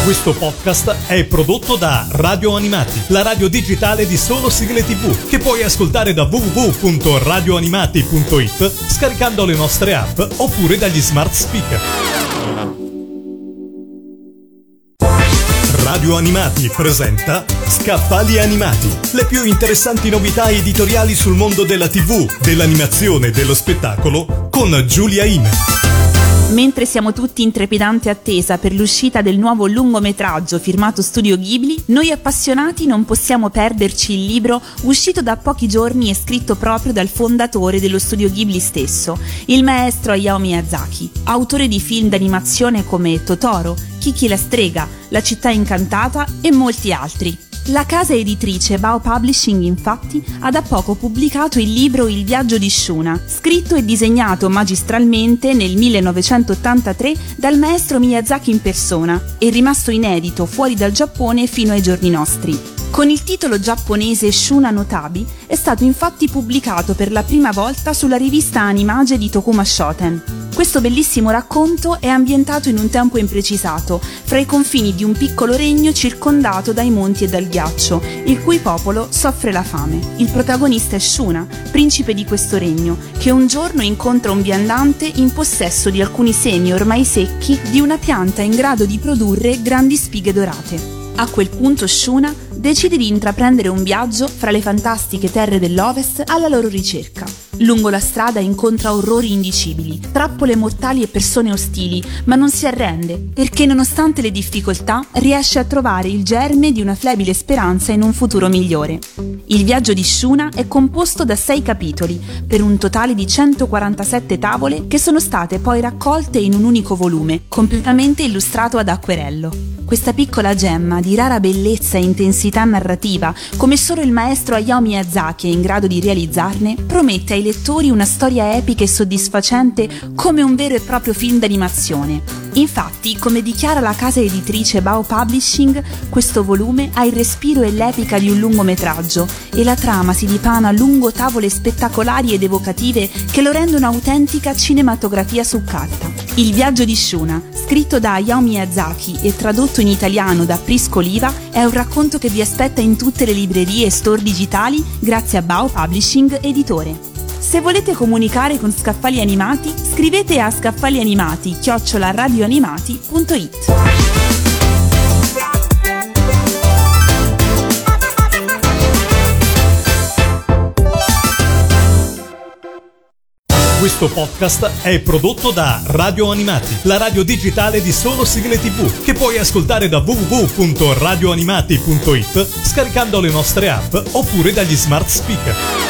Questo podcast è prodotto da Radio Animati, la radio digitale di solo sigle TV, che puoi ascoltare da www.radioanimati.it scaricando le nostre app oppure dagli smart speaker. Radio Animati presenta Scaffali Animati, le più interessanti novità editoriali sul mondo della TV, dell'animazione e dello spettacolo con Giulia Ime. Mentre siamo tutti in trepidante attesa per l'uscita del nuovo lungometraggio firmato Studio Ghibli, noi appassionati non possiamo perderci il libro uscito da pochi giorni e scritto proprio dal fondatore dello Studio Ghibli stesso, il maestro Hayao Miyazaki, autore di film d'animazione come Totoro, Kiki la strega, La città incantata e molti altri. La casa editrice Bao Publishing, infatti, ha da poco pubblicato il libro Il viaggio di Shuna, scritto e disegnato magistralmente nel 1983 dal maestro Miyazaki in persona e rimasto inedito fuori dal Giappone fino ai giorni nostri. Con il titolo giapponese Shuna no Tabi è stato infatti pubblicato per la prima volta sulla rivista Animage di Tokuma Shoten. Questo bellissimo racconto è ambientato in un tempo imprecisato, fra i confini di un piccolo regno circondato dai monti e dal ghiaccio, il cui popolo soffre la fame. Il protagonista è Shuna, principe di questo regno, che un giorno incontra un viandante in possesso di alcuni semi ormai secchi di una pianta in grado di produrre grandi spighe dorate. A quel punto Shuna decide di intraprendere un viaggio fra le fantastiche terre dell'Ovest alla loro ricerca. Lungo la strada incontra orrori indicibili, trappole mortali e persone ostili, ma non si arrende, perché nonostante le difficoltà riesce a trovare il germe di una flebile speranza in un futuro migliore. Il viaggio di Shuna è composto da 6 capitoli, per un totale di 147 tavole che sono state poi raccolte in un unico volume, completamente illustrato ad acquerello. Questa piccola gemma di rara bellezza e intensità narrativa, come solo il maestro Hayao Miyazaki è in grado di realizzarne, promette ai lettori una storia epica e soddisfacente come un vero e proprio film d'animazione. Infatti, come dichiara la casa editrice Bao Publishing, questo volume ha il respiro e l'epica di un lungometraggio e la trama si dipana lungo tavole spettacolari ed evocative che lo rendono autentica cinematografia su carta. Il viaggio di Shuna, scritto da Hayao Miyazaki e tradotto in italiano da Prisco Oliva, è un racconto che vi aspetta in tutte le librerie e store digitali grazie a Bao Publishing Editore. Se volete comunicare con Scaffali Animati, scrivete a scaffalianimati@radioanimati.it. Questo podcast è prodotto da Radio Animati, la radio digitale di solo sigle TV, che puoi ascoltare da www.radioanimati.it scaricando le nostre app oppure dagli smart speaker.